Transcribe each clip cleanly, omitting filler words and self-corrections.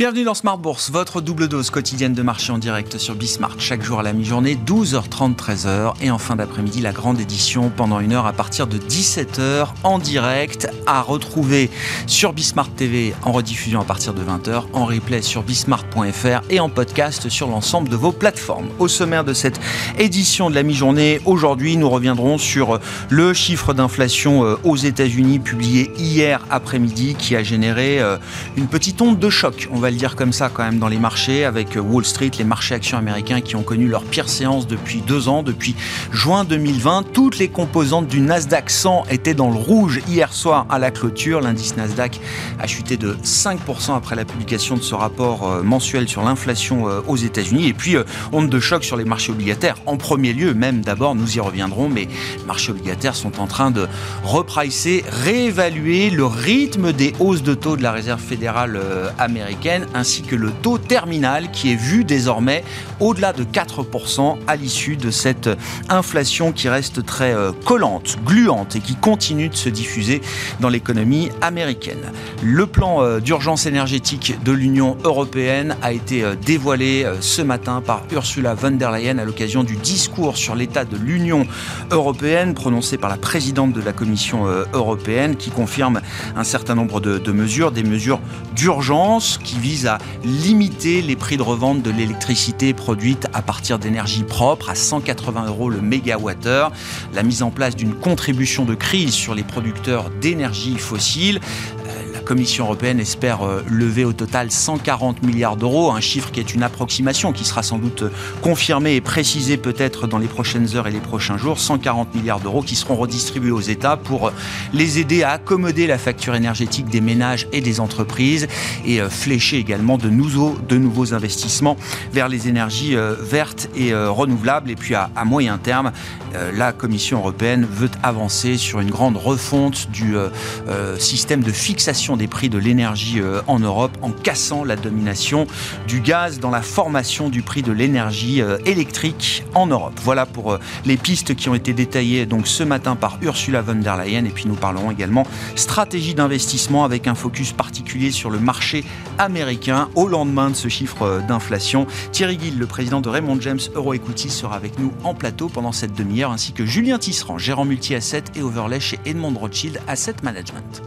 Bienvenue dans Smart Bourse, votre double dose quotidienne de marché en direct sur Bismart. Chaque jour à la mi-journée, 12h30, 13h. Et en fin d'après-midi, la grande édition pendant une heure à partir de 17h en direct. À retrouver sur Bismart TV en rediffusion à partir de 20h, en replay sur bismart.fr et en podcast sur l'ensemble de vos plateformes. Au sommaire de cette édition de la mi-journée, aujourd'hui, nous reviendrons sur le chiffre d'inflation aux États-Unis publié hier après-midi qui a généré une petite onde de choc. On va le dire comme ça quand même dans les marchés, avec Wall Street, les marchés actions américains qui ont connu leur pire séance depuis 2 ans, depuis juin 2020. Toutes les composantes du Nasdaq 100 étaient dans le rouge hier soir à la clôture. L'indice Nasdaq a chuté de 5% après la publication de ce rapport mensuel sur l'inflation aux États-Unis. Et puis, onde de choc sur les marchés obligataires. En premier lieu, même d'abord, nous y reviendrons, mais les marchés obligataires sont en train de repricer, réévaluer le rythme des hausses de taux de la Réserve fédérale américaine, ainsi que le taux terminal qui est vu désormais au-delà de 4% à l'issue de cette inflation qui reste très collante, gluante et qui continue de se diffuser dans l'économie américaine. Le plan d'urgence énergétique de l'Union européenne a été dévoilé ce matin par Ursula von der Leyen à l'occasion du discours sur l'état de l'Union européenne prononcé par la présidente de la Commission européenne qui confirme un certain nombre de mesures, des mesures d'urgence qui visent à limiter les prix de revente de l'électricité produite à partir d'énergie propre à 180 € le mégawattheure, la mise en place d'une contribution de crise sur les producteurs d'énergie fossile. La Commission européenne espère lever au total 140 milliards d'euros, un chiffre qui est une approximation qui sera sans doute confirmée et précisée peut-être dans les prochaines heures et les prochains jours. 140 milliards d'euros qui seront redistribués aux États pour les aider à accommoder la facture énergétique des ménages et des entreprises et flécher également de nouveaux investissements vers les énergies vertes et renouvelables. Et puis à moyen terme, la Commission européenne veut avancer sur une grande refonte du système de fixation des prix de l'énergie en Europe en cassant la domination du gaz dans la formation du prix de l'énergie électrique en Europe. Voilà pour les pistes qui ont été détaillées donc ce matin par Ursula von der Leyen. Et puis nous parlerons également stratégie d'investissement avec un focus particulier sur le marché américain au lendemain de ce chiffre d'inflation. Thierry Gill, le président de Raymond James Euro-Equity, sera avec nous en plateau pendant cette demi-heure, ainsi que Julien Tisserand, gérant multi-asset et overlay chez Edmond Rothschild Asset Management.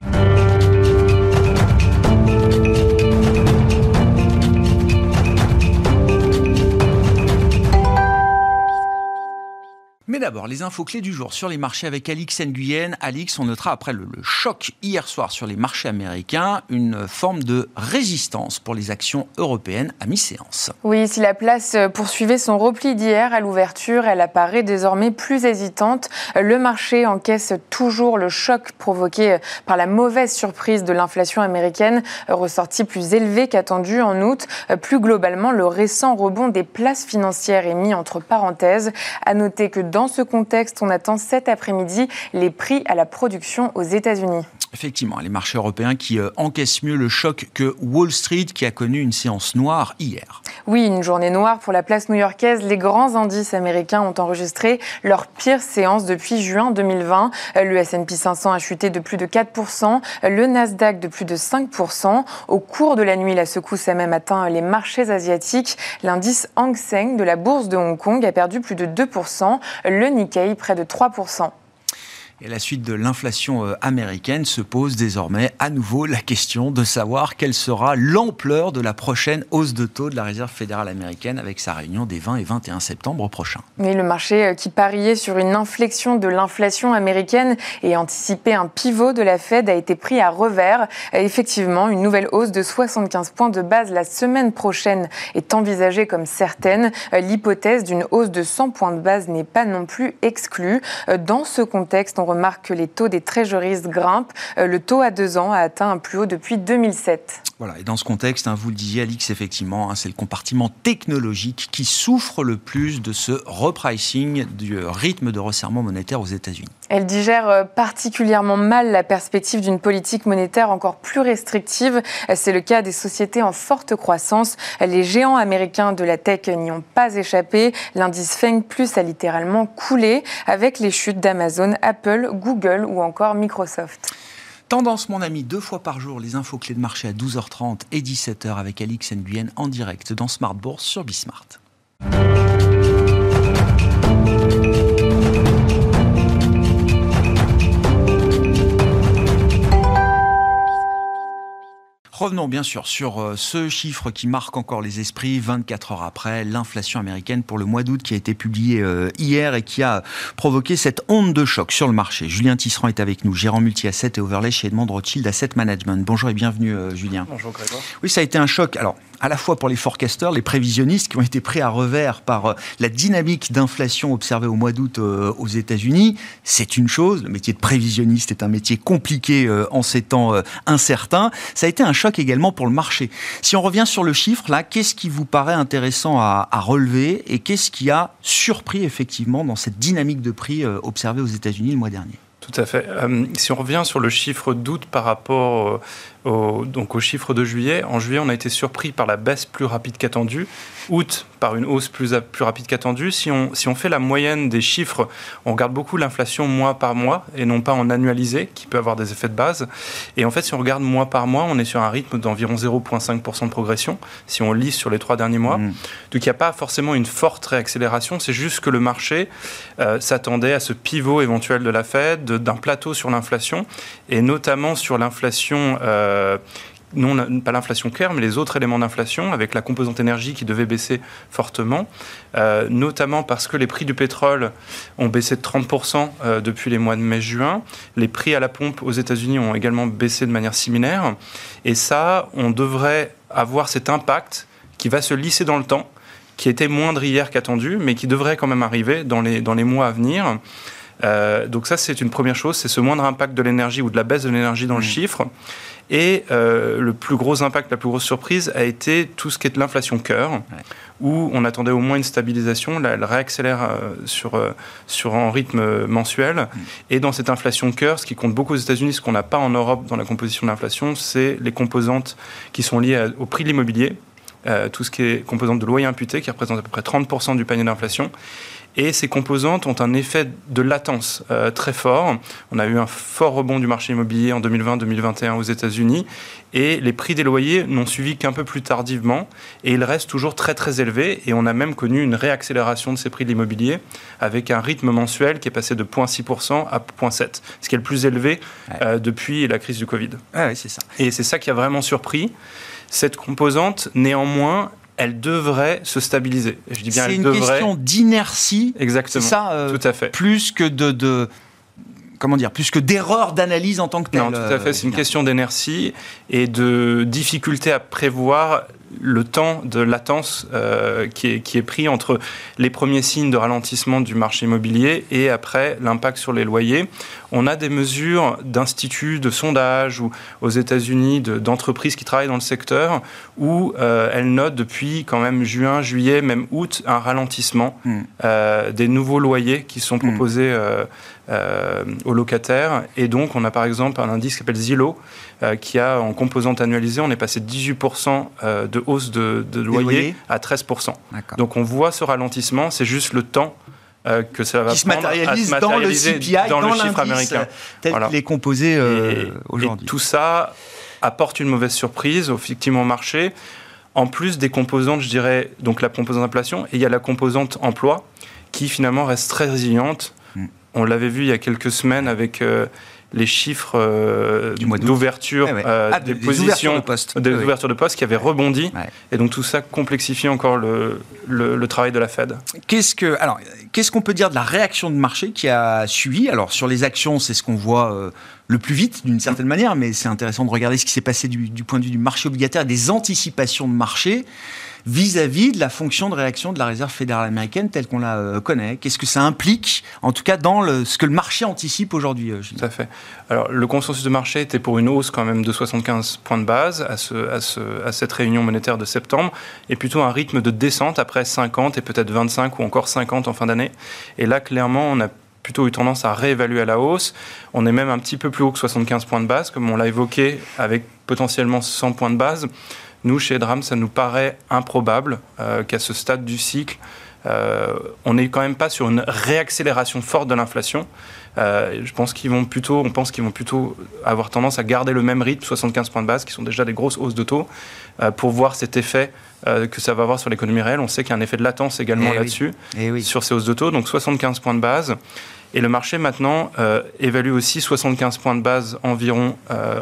Mais d'abord, les infos clés du jour sur les marchés avec Alix Nguyen. Alix, on notera après le choc hier soir sur les marchés américains, une forme de résistance pour les actions européennes à mi-séance. Oui, si la place poursuivait son repli d'hier à l'ouverture, elle apparaît désormais plus hésitante. Le marché encaisse toujours le choc provoqué par la mauvaise surprise de l'inflation américaine, ressortie plus élevée qu'attendue en août. Plus globalement, le récent rebond des places financières est mis entre parenthèses. À noter que dans ce contexte, on attend cet après-midi les prix à la production aux États-Unis. Effectivement, les marchés européens qui encaissent mieux le choc que Wall Street qui a connu une séance noire hier. Oui, une journée noire pour la place new-yorkaise. Les grands indices américains ont enregistré leur pire séance depuis juin 2020. Le S&P 500 a chuté de plus de 4%, le Nasdaq de plus de 5%. Au cours de la nuit, la secousse a même atteint les marchés asiatiques. L'indice Hang Seng de la bourse de Hong Kong a perdu plus de 2%, le Nikkei près de 3%. Et à la suite de l'inflation américaine se pose désormais à nouveau la question de savoir quelle sera l'ampleur de la prochaine hausse de taux de la Réserve fédérale américaine avec sa réunion des 20 et 21 septembre prochains. Mais le marché qui pariait sur une inflexion de l'inflation américaine et anticipait un pivot de la Fed a été pris à revers. Effectivement, une nouvelle hausse de 75 points de base la semaine prochaine est envisagée comme certaine. L'hypothèse d'une hausse de 100 points de base n'est pas non plus exclue. Dans ce contexte, on remarque que les taux des trésoristes grimpent. Le taux à 2 ans a atteint un plus haut depuis 2007. Voilà, et dans ce contexte, vous le disiez Alix, effectivement, c'est le compartiment technologique qui souffre le plus de ce repricing du rythme de resserrement monétaire aux États-Unis. Elle digère particulièrement mal la perspective d'une politique monétaire encore plus restrictive. C'est le cas des sociétés en forte croissance. Les géants américains de la tech n'y ont pas échappé. L'indice Feng Plus a littéralement coulé avec les chutes d'Amazon, Apple, Google ou encore Microsoft. Tendance, mon ami, 2 fois par jour, les infos clés de marché à 12h30 et 17h avec Alix Nguyen en direct dans Smart Bourse sur Bismart. Revenons bien sûr sur ce chiffre qui marque encore les esprits 24 heures après, l'inflation américaine pour le mois d'août qui a été publiée hier et qui a provoqué cette onde de choc sur le marché. Julien Tisserand est avec nous, gérant multi-asset et overlay chez Edmond Rothschild Asset Management. Bonjour et bienvenue Julien. Bonjour Grégoire. Oui, ça a été un choc. Alors, à la fois pour les forecasters, les prévisionnistes qui ont été pris à revers par la dynamique d'inflation observée au mois d'août aux États-Unis. C'est une chose. Le métier de prévisionniste est un métier compliqué en ces temps incertains. Ça a été un choc également pour le marché. Si on revient sur le chiffre, là, qu'est-ce qui vous paraît intéressant à relever et qu'est-ce qui a surpris effectivement dans cette dynamique de prix observée aux États-Unis le mois dernier ? Tout à fait. Si on revient sur le chiffre d'août par rapport au chiffre de juillet, en juillet, on a été surpris par la baisse plus rapide qu'attendue. Août, par une hausse plus rapide qu'attendue. Si on fait la moyenne des chiffres, on regarde beaucoup l'inflation mois par mois et non pas en annualisé, qui peut avoir des effets de base. Et en fait, si on regarde mois par mois, on est sur un rythme d'environ 0,5% de progression, si on lise sur les 3 derniers mois. Donc, il n'y a pas forcément une forte réaccélération. C'est juste que le marché s'attendait à ce pivot éventuel de la Fed, d'un plateau sur l'inflation, et notamment sur l'inflation... non pas l'inflation cœur, mais les autres éléments d'inflation, avec la composante énergie qui devait baisser fortement, notamment parce que les prix du pétrole ont baissé de 30% depuis les mois de mai-juin. Les prix à la pompe aux États-Unis ont également baissé de manière similaire. Et ça, on devrait avoir cet impact qui va se lisser dans le temps, qui était moindre hier qu'attendu, mais qui devrait quand même arriver dans les mois à venir. Donc ça, c'est une première chose, c'est ce moindre impact de l'énergie ou de la baisse de l'énergie dans le chiffre. Et le plus gros impact, la plus grosse surprise a été tout ce qui est de l'inflation cœur, où on attendait au moins une stabilisation. Là, elle réaccélère sur un rythme mensuel. Et dans cette inflation cœur, ce qui compte beaucoup aux États-Unis, ce qu'on n'a pas en Europe dans la composition de l'inflation, c'est les composantes qui sont liées au prix de l'immobilier, tout ce qui est composante de loyer imputé, qui représente à peu près 30% du panier d'inflation. Et ces composantes ont un effet de latence très fort. On a eu un fort rebond du marché immobilier en 2020-2021 aux États-Unis et les prix des loyers n'ont suivi qu'un peu plus tardivement et ils restent toujours très très élevés et on a même connu une réaccélération de ces prix de l'immobilier avec un rythme mensuel qui est passé de 0,6% à 0,7%, ce qui est le plus élevé depuis la crise du Covid. Ah oui, c'est ça. Et c'est ça qui a vraiment surpris. Cette composante, néanmoins, elle devrait se stabiliser. Je dis bien, c'est une question d'inertie. Exactement. C'est ça, tout à fait. Plus que plus que d'erreur d'analyse en tant que telle. Non, tout à fait. C'est une question d'inertie et de difficulté à prévoir le temps de latence qui est pris entre les premiers signes de ralentissement du marché immobilier et après l'impact sur les loyers. On a des mesures d'instituts de sondage ou aux États-Unis d'entreprises qui travaillent dans le secteur où elles notent depuis quand même juin, juillet, même août, un ralentissement des nouveaux loyers qui sont proposés aux locataires. Et donc, on a par exemple un indice qui s'appelle Zillow qui a en composante annualisée, on est passé de 18% de hausse de loyer à 13%. D'accord. Donc, on voit ce ralentissement, c'est juste le temps que ça va prendre à se matérialiser dans le CPI, dans le chiffre américain. Tel qu'il est composé aujourd'hui. Et tout ça apporte une mauvaise surprise, effectivement, au marché. En plus des composantes, je dirais, donc la composante inflation, et il y a la composante emploi, qui finalement reste très résiliente. On l'avait vu il y a quelques semaines avec les chiffres d'ouverture des positions, ouvertures de postes qui avaient rebondi. Et donc tout ça complexifie encore le travail de la Fed. Qu'est-ce qu'on peut dire de la réaction de marché qui a suivi ? Alors sur les actions, c'est ce qu'on voit le plus vite d'une certaine manière, mais c'est intéressant de regarder ce qui s'est passé du point de vue du marché obligataire, des anticipations de marché vis-à-vis de la fonction de réaction de la Réserve fédérale américaine telle qu'on la connaît. Qu'est-ce que ça implique, en tout cas, dans ce que le marché anticipe aujourd'hui, Gilles ? Tout à fait. Alors, le consensus de marché était pour une hausse quand même de 75 points de base à cette réunion monétaire de septembre, et plutôt un rythme de descente après 50 et peut-être 25 ou encore 50 en fin d'année. Et là, clairement, on a plutôt eu tendance à réévaluer à la hausse. On est même un petit peu plus haut que 75 points de base, comme on l'a évoqué, avec potentiellement 100 points de base. Nous, chez Edram, ça nous paraît improbable qu'à ce stade du cycle, on n'est quand même pas sur une réaccélération forte de l'inflation. On pense qu'ils vont plutôt avoir tendance à garder le même rythme, 75 points de base, qui sont déjà des grosses hausses de taux, pour voir cet effet que ça va avoir sur l'économie réelle. On sait qu'il y a un effet de latence également là-dessus, sur ces hausses de taux, donc 75 points de base. Et le marché maintenant évalue aussi 75 points de base environ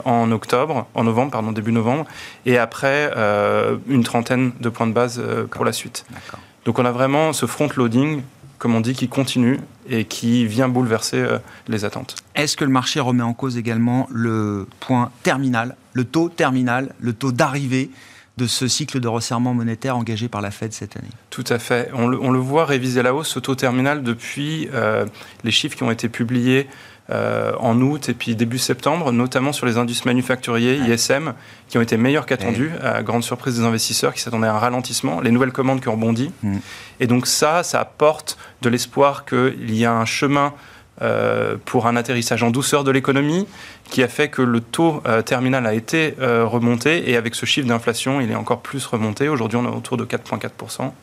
début novembre, et après une trentaine de points de base pour la suite. D'accord. Donc on a vraiment ce front-loading, comme on dit, qui continue et qui vient bouleverser les attentes. Est-ce que le marché remet en cause également le point terminal, le taux terminal, le taux d'arrivée de ce cycle de resserrement monétaire engagé par la Fed cette année? Tout à fait. On le voit réviser à la hausse, ce taux terminal, depuis les chiffres qui ont été publiés en août et puis début septembre, notamment sur les indices manufacturiers, ISM, qui ont été meilleurs qu'attendus, à grande surprise des investisseurs qui s'attendaient à un ralentissement, les nouvelles commandes qui ont rebondi. Et donc ça apporte de l'espoir qu'il y a un chemin pour un atterrissage en douceur de l'économie, qui a fait que le taux terminal a été remonté, et avec ce chiffre d'inflation, il est encore plus remonté. Aujourd'hui, on est autour de 4,4%.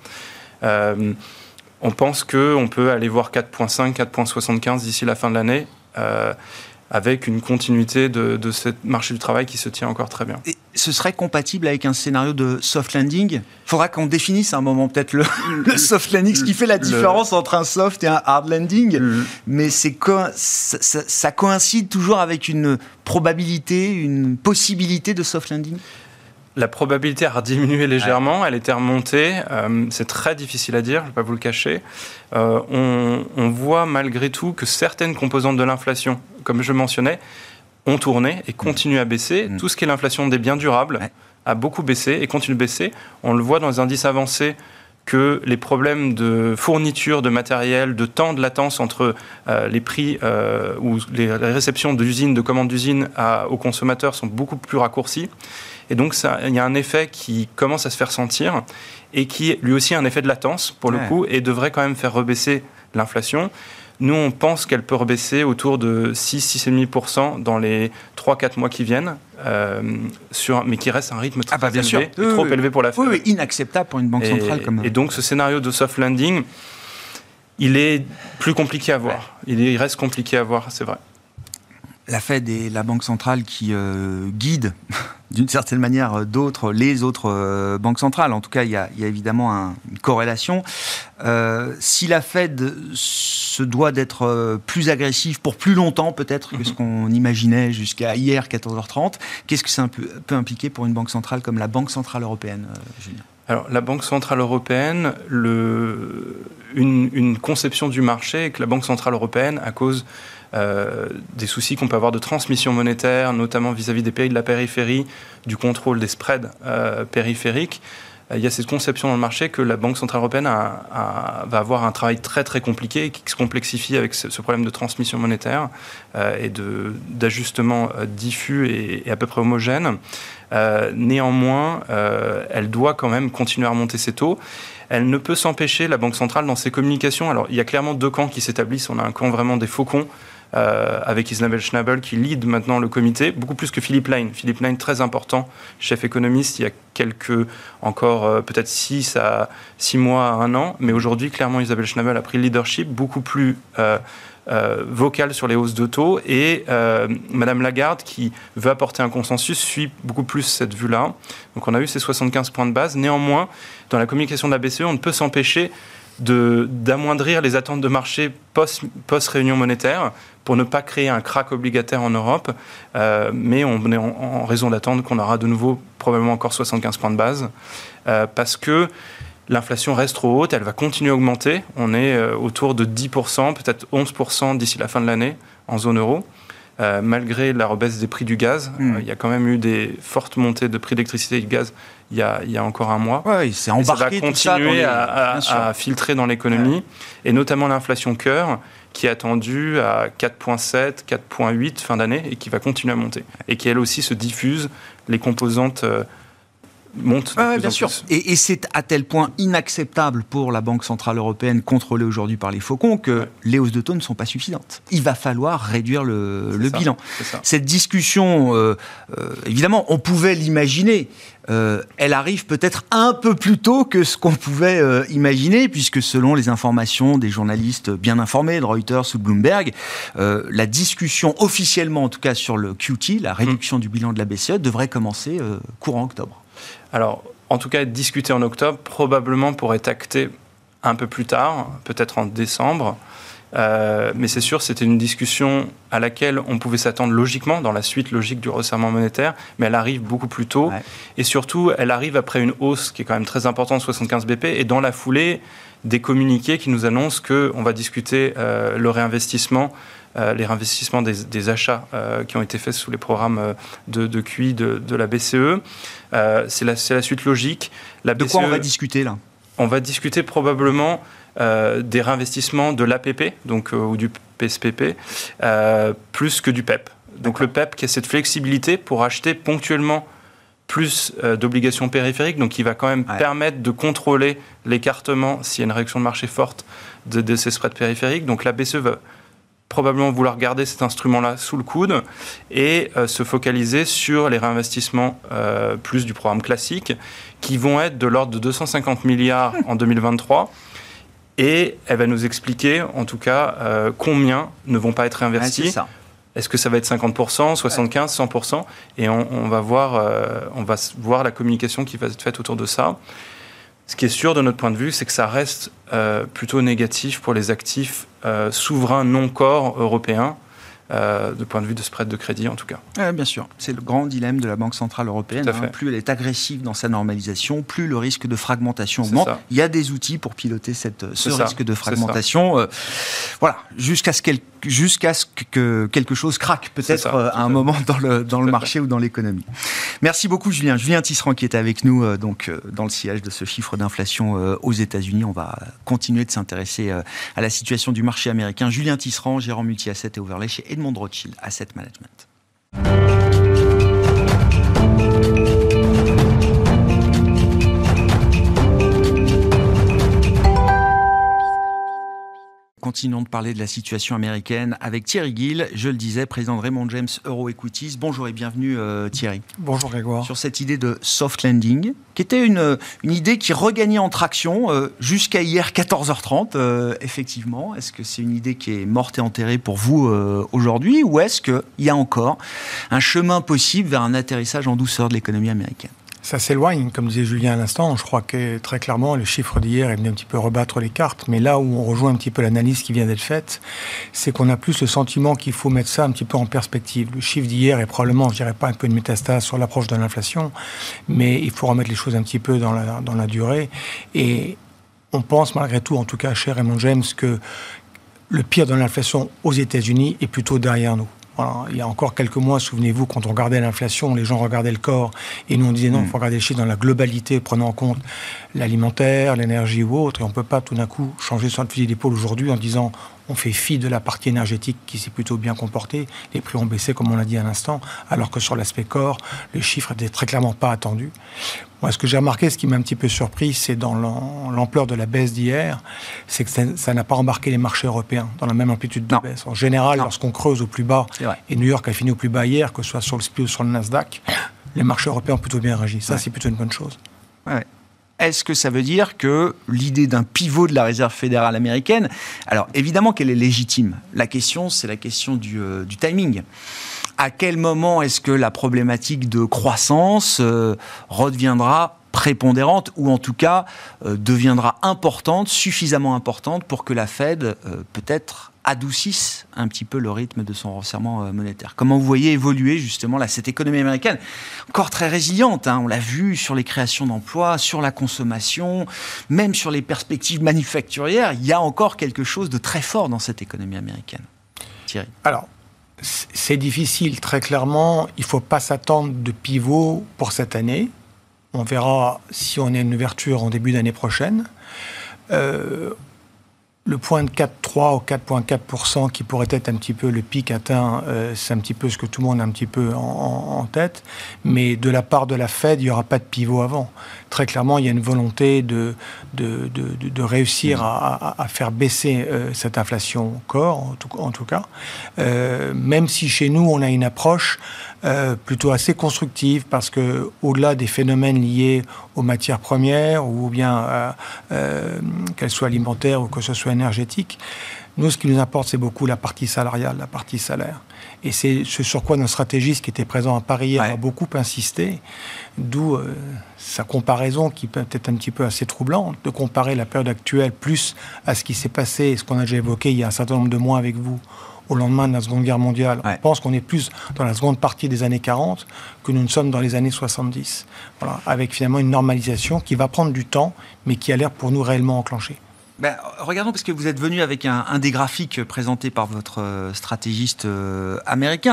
On pense qu'on peut aller voir 4,5, 4,75 d'ici la fin de l'année, avec une continuité de ce marché du travail qui se tient encore très bien. Et ce serait compatible avec un scénario de soft landing? Il faudra qu'on définisse à un moment peut-être le soft landing, ce qui fait la différence entre un soft et un hard landing. Mais ça coïncide toujours avec une probabilité, une possibilité de soft landing? La probabilité a diminué légèrement, elle était remontée, c'est très difficile à dire, je ne vais pas vous le cacher. On voit malgré tout que certaines composantes de l'inflation, comme je mentionnais, ont tourné et continuent à baisser. Tout ce qui est l'inflation des biens durables a beaucoup baissé et continue de baisser. On le voit dans les indices avancés que les problèmes de fourniture de matériel, de temps de latence entre les prix ou les réceptions d'usines, de commandes d'usines aux consommateurs sont beaucoup plus raccourcis. Et donc, il y a un effet qui commence à se faire sentir et qui, lui aussi, a un effet de latence, pour le coup, et devrait quand même faire rebaisser l'inflation. Nous, on pense qu'elle peut rebaisser autour de 6,5% dans les 3-4 mois qui viennent, mais qui reste un rythme très élevé, et trop élevé pour la Fed. Oui, inacceptable pour une banque centrale. Et donc, ce scénario de soft landing, il est plus compliqué à voir. Il reste compliqué à voir, c'est vrai. La Fed est la banque centrale qui guide d'une certaine manière les autres banques centrales. En tout cas, il y a évidemment une corrélation. Si la Fed se doit d'être plus agressive pour plus longtemps peut-être que ce qu'on imaginait jusqu'à hier 14h30, qu'est-ce que ça peut impliquer pour une banque centrale comme la Banque Centrale Européenne, Julien ? Alors, la Banque Centrale Européenne, une conception du marché est que la Banque Centrale Européenne, à cause des soucis qu'on peut avoir de transmission monétaire, notamment vis-à-vis des pays de la périphérie, du contrôle des spreads périphériques, il y a cette conception dans le marché que la Banque Centrale Européenne va avoir un travail très très compliqué et qui se complexifie avec ce problème de transmission monétaire et d'ajustement diffus et à peu près homogène. Néanmoins, elle doit quand même continuer à remonter ses taux. Elle ne peut s'empêcher, la Banque centrale, dans ses communications. Alors, il y a clairement deux camps qui s'établissent. On a un camp vraiment des faucons, avec Isabelle Schnabel qui lead maintenant le comité, beaucoup plus que Philippe Lane. Philippe Lane, très important, chef économiste, il y a encore peut-être 6 mois à 1 an. Mais aujourd'hui, clairement, Isabelle Schnabel a pris le leadership, beaucoup plus vocale sur les hausses de taux. Et Madame Lagarde, qui veut apporter un consensus, suit beaucoup plus cette vue-là. Donc on a eu ces 75 points de base. Néanmoins, dans la communication de la BCE, on ne peut s'empêcher d'amoindrir les attentes de marché post-réunion monétaire pour ne pas créer un krach obligataire en Europe. Mais on est en raison d'attendre qu'on aura de nouveau probablement encore 75 points de base parce que l'inflation reste trop haute, elle va continuer à augmenter. On est autour de 10%, peut-être 11% d'ici la fin de l'année en zone euro. Malgré la rebaisse des prix du gaz, il y a quand même eu des fortes montées de prix d'électricité et de gaz il y a encore un mois. Ouais, c'est embarqué, et ça va continuer à filtrer dans l'économie, et notamment l'inflation cœur, qui est attendue à 4,7, 4,8 fin d'année, et qui va continuer à monter. Et qui, elle aussi, se diffuse les composantes monte de plus bien en sûr. plus. Et c'est à tel point inacceptable pour la Banque Centrale Européenne, contrôlée aujourd'hui par les faucons, que les hausses de taux ne sont pas suffisantes. Il va falloir réduire le bilan. Cette discussion, évidemment, on pouvait l'imaginer. Elle arrive peut-être un peu plus tôt que ce qu'on pouvait imaginer, puisque selon les informations des journalistes bien informés, de Reuters ou de Bloomberg, la discussion officiellement, en tout cas sur le QT, la réduction du bilan de la BCE, devrait commencer courant octobre. Alors, en tout cas, être discuté en octobre, probablement pour être acté un peu plus tard, peut-être en décembre. Mais c'est sûr, c'était une discussion à laquelle on pouvait s'attendre logiquement, dans la suite logique du resserrement monétaire, mais elle arrive beaucoup plus tôt. Ouais. Et surtout, elle arrive après une hausse qui est quand même très importante, 75 BP, et dans la foulée, des communiqués qui nous annoncent qu'on va discuter le réinvestissement, les réinvestissements des achats qui ont été faits sous les programmes de QI de la BCE. C'est la suite logique. La BCE, de quoi on va discuter là ? On va discuter probablement des réinvestissements de l'APP, donc, ou du PSPP, plus que du PEP. Donc le PEP qui a cette flexibilité pour acheter ponctuellement plus d'obligations périphériques, donc qui va quand même permettre de contrôler l'écartement s'il y a une réaction de marché forte de ces spreads périphériques. Donc la BCE va probablement vouloir garder cet instrument-là sous le coude et se focaliser sur les réinvestissements plus du programme classique qui vont être de l'ordre de 250 milliards en 2023. Et elle va nous expliquer, en tout cas, combien ne vont pas être réinvestis. C'est ça. Est-ce que ça va être 50%, 75%, 100% ? Et on va voir la communication qui va être faite autour de ça. Ce qui est sûr de notre point de vue, c'est que ça reste plutôt négatif pour les actifs souverains non-core européens, de point de vue de spread de crédit en tout cas. Bien sûr, c'est le grand dilemme de la Banque Centrale Européenne. Plus elle est agressive dans sa normalisation, plus le risque de fragmentation augmente. Il y a des outils pour piloter ce risque de fragmentation. Voilà, jusqu'à ce que quelque chose craque peut-être à un moment dans le marché ou dans l'économie. Merci beaucoup Julien. Julien Tisserand qui était avec nous donc, dans le sillage de ce chiffre d'inflation aux États-Unis. On va continuer de s'intéresser à la situation du marché américain. Julien Tisserand, gérant multi-asset et overlay chez Edmond Rothschild Asset Management. Continuons de parler de la situation américaine avec Thierry Gill, je le disais, président de Raymond James Euro Equities. Bonjour et bienvenue Thierry. Bonjour Grégoire. Sur cette idée de soft landing, qui était une idée qui regagnait en traction jusqu'à hier 14h30, effectivement. Est-ce que c'est une idée qui est morte et enterrée pour vous aujourd'hui, ou est-ce qu'il y a encore un chemin possible vers un atterrissage en douceur de l'économie américaine ? Ça s'éloigne, comme disait Julien à l'instant. Je crois que très clairement, le chiffre d'hier est venu un petit peu rebattre les cartes. Mais là où on rejoint un petit peu l'analyse qui vient d'être faite, c'est qu'on a plus le sentiment qu'il faut mettre ça un petit peu en perspective. Le chiffre d'hier est probablement, je dirais pas un peu une métastase sur l'approche de l'inflation, mais il faut remettre les choses un petit peu dans la durée. Et on pense malgré tout, en tout cas chez Raymond James, que le pire de l'inflation aux États-Unis est plutôt derrière nous. Voilà, il y a encore quelques mois, souvenez-vous, quand on regardait l'inflation, les gens regardaient le corps et nous on disait non, il faut regarder les chiffres dans la globalité, prenant en compte l'alimentaire, l'énergie ou autre, et on ne peut pas tout d'un coup changer son fusil d'épaule aujourd'hui en disant on fait fi de la partie énergétique qui s'est plutôt bien comportée, les prix ont baissé comme on l'a dit à l'instant, alors que sur l'aspect corps, le chiffre n'était très clairement pas attendu. Moi, ce que j'ai remarqué, ce qui m'a un petit peu surpris, c'est dans l'ampleur de la baisse d'hier, c'est que ça n'a pas embarqué les marchés européens dans la même amplitude de baisse. En général, lorsqu'on creuse au plus bas, et New York a fini au plus bas hier, que ce soit sur le SPI ou sur le Nasdaq, les marchés européens ont plutôt bien réagi. Ça, c'est plutôt une bonne chose. Ouais. Est-ce que ça veut dire que l'idée d'un pivot de la Réserve fédérale américaine, alors évidemment qu'elle est légitime. La question, c'est la question du timing. À quel moment est-ce que la problématique de croissance redeviendra prépondérante ou en tout cas deviendra importante, suffisamment importante pour que la Fed peut-être adoucisse un petit peu le rythme de son resserrement monétaire. Comment vous voyez évoluer justement là, cette économie américaine, encore très résiliente, on l'a vu sur les créations d'emplois, sur la consommation, même sur les perspectives manufacturières, il y a encore quelque chose de très fort dans cette économie américaine. Thierry. Alors, c'est difficile, très clairement, il ne faut pas s'attendre de pivot pour cette année. On verra si on a une ouverture en début d'année prochaine. Le point de 4,3 ou 4,4% qui pourrait être un petit peu le pic atteint, c'est un petit peu ce que tout le monde a un petit peu en tête. Mais de la part de la Fed, il n'y aura pas de pivot avant. Très clairement, il y a une volonté de réussir à faire baisser cette inflation corps, en tout cas. Même si chez nous, on a une approche plutôt assez constructive, parce que au-delà des phénomènes liés aux matières premières, ou bien qu'elles soient alimentaires ou que ce soit énergétique, nous, ce qui nous importe, c'est beaucoup la partie salariale, la partie salaire. Et c'est ce sur quoi notre stratégiste qui était présent à Paris a beaucoup insisté, d'où sa comparaison qui peut être un petit peu assez troublante, de comparer la période actuelle plus à ce qui s'est passé, ce qu'on a déjà évoqué il y a un certain nombre de mois avec vous, au lendemain de la Seconde Guerre mondiale. On pense qu'on est plus dans la seconde partie des années 40 que nous ne sommes dans les années 70. Voilà, avec finalement une normalisation qui va prendre du temps, mais qui a l'air pour nous réellement enclenchée. Regardons, parce que vous êtes venu avec un des graphiques présentés par votre stratégiste américain.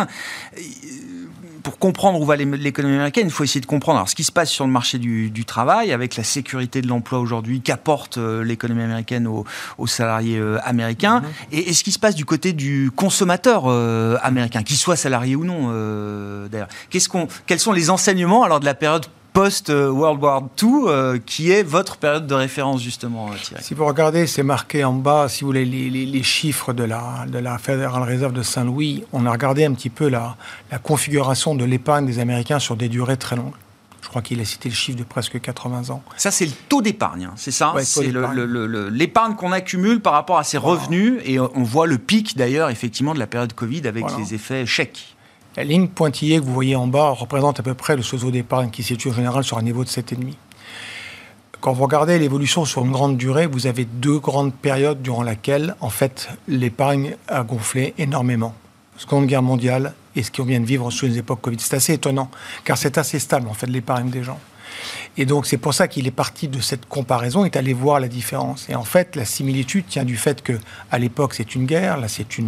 Pour comprendre où va l'économie américaine, il faut essayer de comprendre ce qui se passe sur le marché du travail, avec la sécurité de l'emploi aujourd'hui qu'apporte l'économie américaine aux salariés américains, et ce qui se passe du côté du consommateur américain, qu'il soit salarié ou non, d'ailleurs. Quels sont les enseignements alors de la période post-World War II, qui est votre période de référence, justement, Thierry? Si vous regardez, c'est marqué en bas, si vous voulez, les chiffres de la Federal Reserve de Saint-Louis. On a regardé un petit peu la configuration de l'épargne des Américains sur des durées très longues. Je crois qu'il a cité le chiffre de presque 80 ans. Ça, c'est le taux d'épargne, c'est ça? C'est l'épargne qu'on accumule par rapport à ses revenus. Et on voit le pic, d'ailleurs, effectivement, de la période Covid avec les effets chèques. La ligne pointillée que vous voyez en bas représente à peu près le taux d'épargne qui se situe en général sur un niveau de 7,5. Quand vous regardez l'évolution sur une grande durée, vous avez deux grandes périodes durant lesquelles, en fait, l'épargne a gonflé énormément. Seconde Guerre mondiale et ce qu'on vient de vivre sous les époques Covid. C'est assez étonnant, car c'est assez stable, en fait, l'épargne des gens. Et donc, c'est pour ça qu'il est parti de cette comparaison, est allé voir la différence. Et en fait, la similitude tient du fait qu'à l'époque, c'est une guerre, là, c'est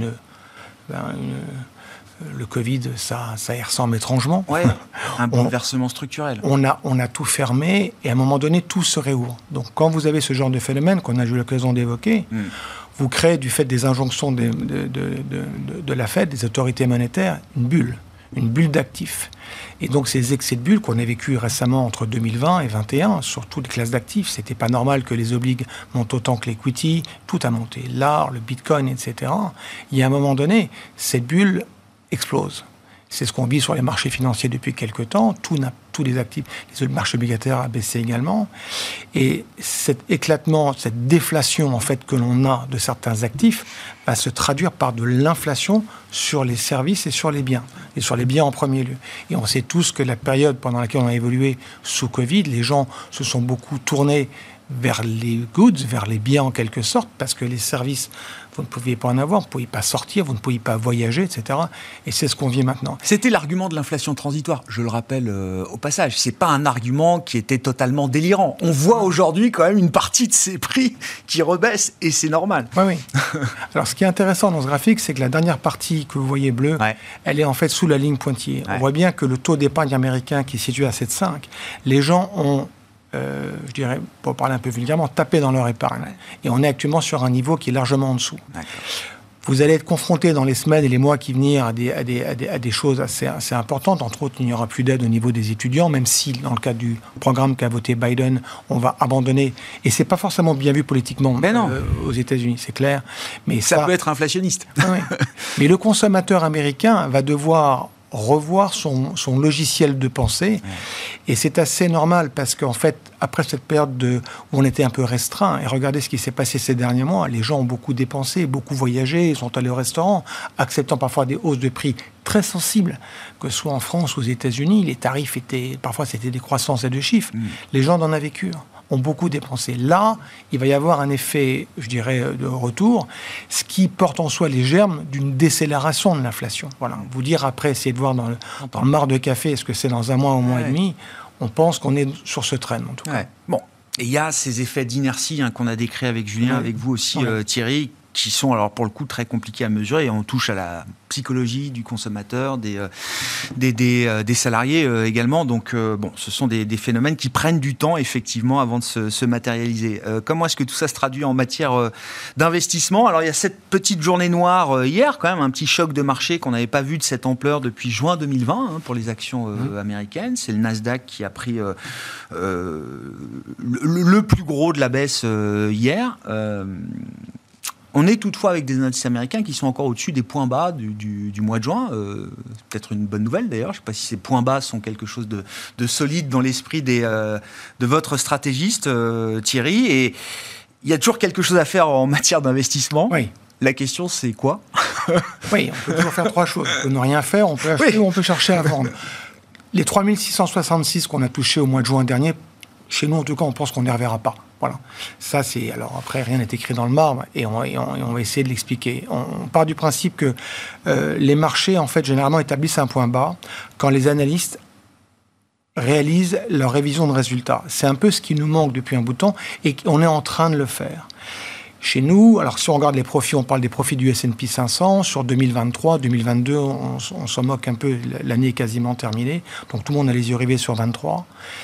le Covid, ça y ressemble étrangement. Ouais, un bouleversement structurel. On a tout fermé et à un moment donné, tout se réouvre. Donc, quand vous avez ce genre de phénomène qu'on a eu l'occasion d'évoquer, vous créez, du fait des injonctions de la Fed, des autorités monétaires, une bulle d'actifs. Et donc, ces excès de bulles qu'on a vécu récemment entre 2020 et 2021, sur toutes les classes d'actifs, c'était pas normal que les obliges montent autant que l'equity, tout a monté. L'art, le bitcoin, etc. Il y a un moment donné, cette bulle explose. C'est ce qu'on vit sur les marchés financiers depuis quelques temps. Tous les actifs, le marché obligataire a baissé également. Et cet éclatement, cette déflation en fait que l'on a de certains actifs va se traduire par de l'inflation sur les services et sur les biens. Et sur les biens en premier lieu. Et on sait tous que la période pendant laquelle on a évolué sous Covid, les gens se sont beaucoup tournés vers les goods, vers les biens en quelque sorte, parce que les services, vous ne pouviez pas en avoir, vous ne pouviez pas sortir, vous ne pouviez pas voyager, etc. Et c'est ce qu'on vit maintenant. C'était l'argument de l'inflation transitoire, je le rappelle au passage. C'est pas un argument qui était totalement délirant. On voit aujourd'hui quand même une partie de ces prix qui rebaissent, et c'est normal. Oui. Alors, ce qui est intéressant dans ce graphique, c'est que la dernière partie que vous voyez bleue, elle est en fait sous la ligne pointillée. On voit bien que le taux d'épargne américain qui est situé à 7,5, les gens ont je dirais, pour parler un peu vulgairement, taper dans leur épargne. Et on est actuellement sur un niveau qui est largement en dessous. Vous allez être confronté dans les semaines et les mois qui viennent à des choses assez importantes. Entre autres, il n'y aura plus d'aide au niveau des étudiants, même si, dans le cadre du programme qu'a voté Biden, on va abandonner. Et c'est pas forcément bien vu politiquement aux États-Unis, c'est clair. Mais ça peut être inflationniste. Mais le consommateur américain va devoir revoir son logiciel de pensée. Et c'est assez normal parce qu'en fait, après cette période où on était un peu restreint, et regardez ce qui s'est passé ces derniers mois, les gens ont beaucoup dépensé, beaucoup voyagé, ils sont allés au restaurant, acceptant parfois des hausses de prix très sensibles, que ce soit en France ou aux États-Unis, les tarifs parfois c'était des croissances à deux chiffres. Les gens d'en avaient cure, ont beaucoup dépensé. Là, il va y avoir un effet, je dirais, de retour, ce qui porte en soi les germes d'une décélération de l'inflation. Voilà. Vous dire après, essayer de voir dans le mar de café, est-ce que c'est dans un mois ou un mois et demi, on pense qu'on est sur ce train, en tout cas. Bon, et il y a ces effets d'inertie qu'on a décrits avec Julien, avec vous aussi, Thierry, qui sont alors pour le coup très compliqués à mesurer et on touche à la psychologie du consommateur, des salariés également. Donc ce sont des phénomènes qui prennent du temps effectivement avant de se matérialiser. Comment est-ce que tout ça se traduit en matière d'investissement? Alors il y a cette petite journée noire hier quand même, un petit choc de marché qu'on n'avait pas vu de cette ampleur depuis juin 2020 pour les actions américaines. C'est le Nasdaq qui a pris le plus gros de la baisse hier. On est toutefois avec des indices américains qui sont encore au-dessus des points bas du mois de juin. C'est peut-être une bonne nouvelle d'ailleurs. Je ne sais pas si ces points bas sont quelque chose de solide dans l'esprit de votre stratégiste, Thierry. Et il y a toujours quelque chose à faire en matière d'investissement. Oui. La question, c'est quoi? Oui, on peut toujours faire trois choses. On peut ne rien faire, on peut acheter ou on peut chercher à vendre. Les 3666 qu'on a touchés au mois de juin dernier, chez nous en tout cas, on pense qu'on ne les reverra pas. Voilà. Ça, c'est... Alors après, rien n'est écrit dans le marbre et on va essayer de l'expliquer. On part du principe que les marchés, en fait, généralement établissent un point bas quand les analystes réalisent leur révision de résultats. C'est un peu ce qui nous manque depuis un bout de temps et on est en train de le faire. Chez nous, alors si on regarde les profits, on parle des profits du S&P 500. Sur 2023, 2022, on s'en moque un peu, l'année est quasiment terminée. Donc tout le monde a les yeux rivés sur 23.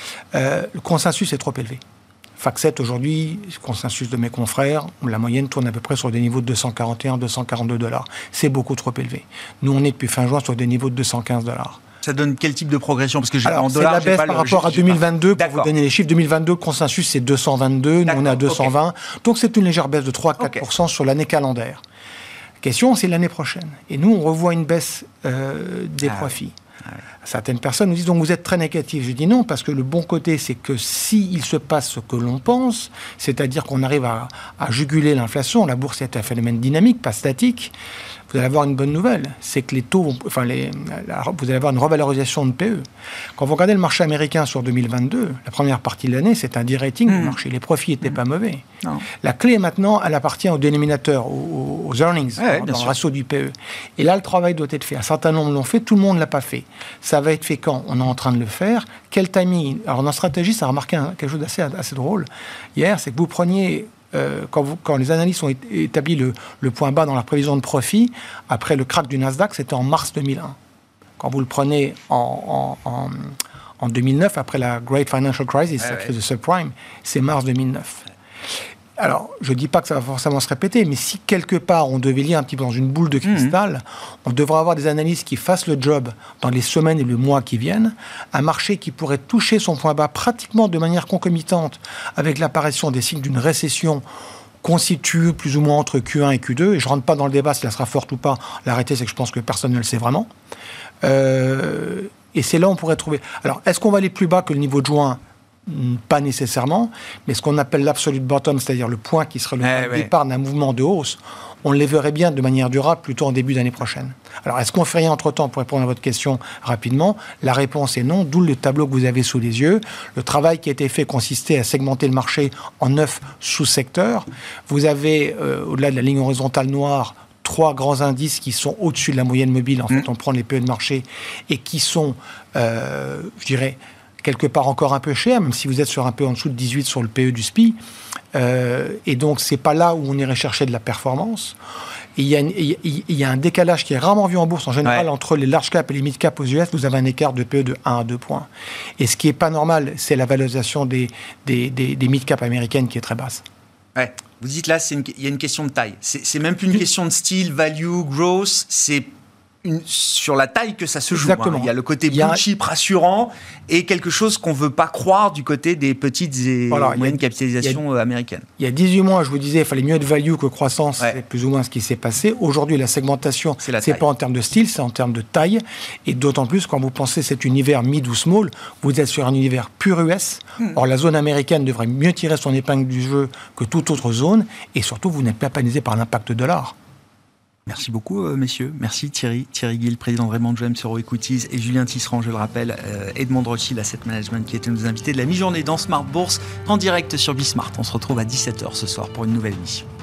Le consensus est trop élevé. FactSet aujourd'hui, le consensus de mes confrères, la moyenne tourne à peu près sur des niveaux de 241, 242 $. C'est beaucoup trop élevé. Nous, on est depuis fin juin sur des niveaux de 215 $. Ça donne quel type de progression? Parce que en dollars, c'est la baisse par rapport à 2022. Pour vous donner les chiffres, 2022, le consensus, c'est 222. Nous, on est à 220. Okay. Donc, c'est une légère baisse de 3-4% sur l'année calendaire. La question, c'est l'année prochaine. Et nous, on revoit une baisse des profits. Certaines personnes nous disent donc vous êtes très négatif. Je dis non, parce que le bon côté, c'est que s'il se passe ce que l'on pense, c'est-à-dire qu'on arrive à juguler l'inflation, la bourse est un phénomène dynamique, pas statique, vous allez avoir une bonne nouvelle, c'est que les taux vont, vous allez avoir une revalorisation de PE. Quand vous regardez le marché américain sur 2022, la première partie de l'année, c'est un de-rating du marché. Les profits n'étaient pas mauvais. Non. La clé maintenant, elle appartient au dénominateur, aux earnings, dans le ratio du PE. Et là, le travail doit être fait. Un certain nombre l'ont fait, tout le monde ne l'a pas fait. Ça va être fait quand? On est en train de le faire. Quel timing? Alors, dans la stratégie, ça a remarqué quelque chose d'assez drôle hier, c'est que vous preniez... Quand les analystes ont établi le point bas dans la prévision de profit, après le crack du Nasdaq, c'était en mars 2001. Quand vous le prenez en 2009, après la Great Financial Crisis, la crise de subprime, c'est mars 2009. Alors, je ne dis pas que ça va forcément se répéter, mais si quelque part on devait lire un petit peu dans une boule de cristal, on devrait avoir des analystes qui fassent le job dans les semaines et les mois qui viennent, un marché qui pourrait toucher son point bas pratiquement de manière concomitante avec l'apparition des signes d'une récession constituée plus ou moins entre Q1 et Q2, et je ne rentre pas dans le débat si elle sera forte ou pas, la réalité c'est que je pense que personne ne le sait vraiment. Et c'est là où on pourrait trouver... Alors, est-ce qu'on va aller plus bas que le niveau de juin ? Pas nécessairement, mais ce qu'on appelle l'absolute bottom, c'est-à-dire le point qui serait le départ d'un mouvement de hausse, on les verrait bien de manière durable plutôt en début d'année prochaine. Alors, est-ce qu'on fait rien entre-temps pour répondre à votre question rapidement? La réponse est non, d'où le tableau que vous avez sous les yeux. Le travail qui a été fait consistait à segmenter le marché en 9 sous-secteurs. Vous avez, au-delà de la ligne horizontale noire, 3 grands indices qui sont au-dessus de la moyenne mobile. En fait, on prend les PE de marché et qui sont, je dirais, quelque part encore un peu cher, même si vous êtes sur un peu en dessous de 18 sur le PE du SPI. Et donc, c'est pas là où on irait chercher de la performance. Il y a un décalage qui est rarement vu en bourse, en général, entre les large cap et les mid cap aux US. Vous avez un écart de PE de 1 à 2 points. Et ce qui n'est pas normal, c'est la valorisation des mid cap américaines qui est très basse. Ouais. Vous dites là, il y a une question de taille. C'est même plus une question de style, value, growth, c'est sur la taille que ça se joue. Exactement. Il y a le côté blue chip rassurant et quelque chose qu'on ne veut pas croire du côté des petites et moyennes capitalisations américaines. Il y a 18 mois, je vous disais, il fallait mieux être value que croissance. C'est plus ou moins ce qui s'est passé. Aujourd'hui, la segmentation, c'est pas en termes de style, c'est en termes de taille. Et d'autant plus, quand vous pensez cet univers mid ou small, vous êtes sur un univers pur US. Or, la zone américaine devrait mieux tirer son épingle du jeu que toute autre zone. Et surtout, vous n'êtes pas pénalisé par l'impact dollar. Merci beaucoup, messieurs. Merci Thierry Gill, président de Raymond James Euro-Equities, et Julien Tisserand, je le rappelle, Edmond Rothschild Asset Management, qui était nos invités de la mi-journée dans Smart Bourse, en direct sur Bismart. On se retrouve à 17h ce soir pour une nouvelle émission.